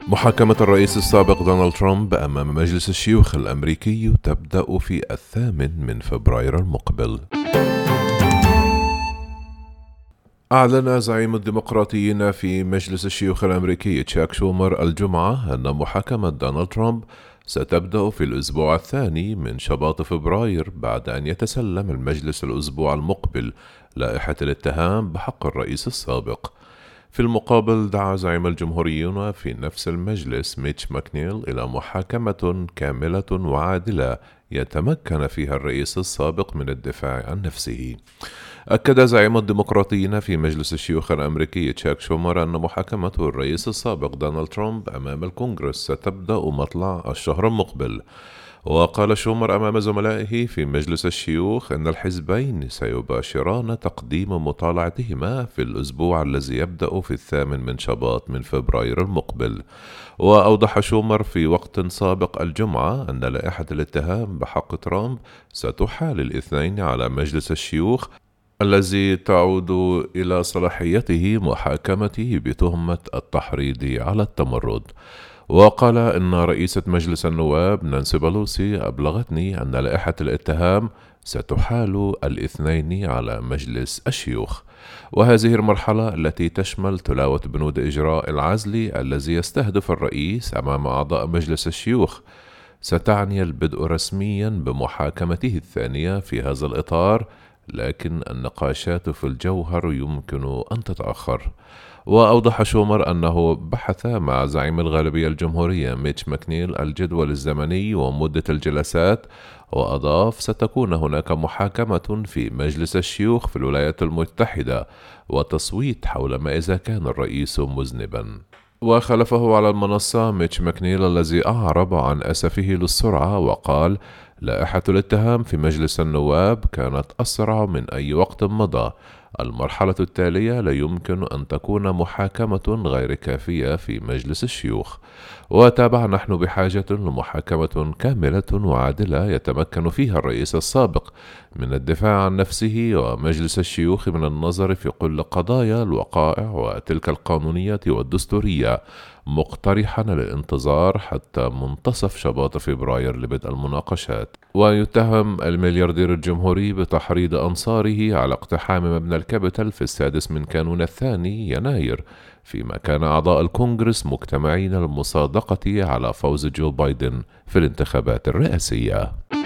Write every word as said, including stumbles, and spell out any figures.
محاكمة الرئيس السابق دونالد ترامب أمام مجلس الشيوخ الأمريكي تبدأ في الثامن من فبراير المقبل. أعلن زعيم الديمقراطيين في مجلس الشيوخ الأمريكي تشاك شومر الجمعة أن محاكمة دونالد ترامب ستبدأ في الأسبوع الثاني من شباط فبراير بعد أن يتسلم المجلس الأسبوع المقبل لائحة الاتهام بحق الرئيس السابق. في المقابل دعا زعيم الجمهوريون في نفس المجلس ميتش ماكنيل إلى محاكمة كاملة وعادلة يتمكن فيها الرئيس السابق من الدفاع عن نفسه. أكد زعيم الديمقراطيين في مجلس الشيوخ الأمريكي تشاك شومر أن محاكمة الرئيس السابق دونالد ترامب أمام الكونغرس ستبدأ مطلع الشهر المقبل. وقال شومر أمام زملائه في مجلس الشيوخ أن الحزبين سيباشران تقديم مطالعتهما في الأسبوع الذي يبدأ في الثامن من شباط من فبراير المقبل. وأوضح شومر في وقت سابق الجمعة أن لائحة الاتهام بحق ترامب ستحال الاثنين على مجلس الشيوخ الذي تعود إلى صلاحيته محاكمته بتهمة التحريض على التمرد. وقال إن رئيسة مجلس النواب نانسي بلوسي أبلغتني أن لائحة الاتهام ستحال الاثنين على مجلس الشيوخ، وهذه المرحلة التي تشمل تلاوة بنود إجراء العزل الذي يستهدف الرئيس أمام أعضاء مجلس الشيوخ ستعني البدء رسميا بمحاكمته الثانية في هذا الإطار، لكن النقاشات في الجوهر يمكن أن تتأخر. وأوضح شومر أنه بحث مع زعيم الغالبية الجمهورية ميتش ماكنيل الجدول الزمني ومدة الجلسات، وأضاف ستكون هناك محاكمة في مجلس الشيوخ في الولايات المتحدة وتصويت حول ما إذا كان الرئيس مذنبا. وخلفه على المنصة ميتش ماكنيل الذي أعرب عن أسفه للسرعة وقال: لائحة الاتهام في مجلس النواب كانت أسرع من أي وقت مضى. المرحلة التالية لا يمكن أن تكون محاكمة غير كافية في مجلس الشيوخ. وتابع: نحن بحاجة لمحاكمة كاملة وعادلة يتمكن فيها الرئيس السابق من الدفاع عن نفسه ومجلس الشيوخ من النظر في كل قضايا الوقائع وتلك القانونية والدستورية، مقترحا الانتظار حتى منتصف شباط فبراير لبدء المناقشات. ويتهم الملياردير الجمهوري بتحريض أنصاره على اقتحام مبنى الكابيتال في السادس من كانون الثاني يناير، فيما كان أعضاء الكونغرس مجتمعين للمصادقة على فوز جو بايدن في الانتخابات الرئاسية.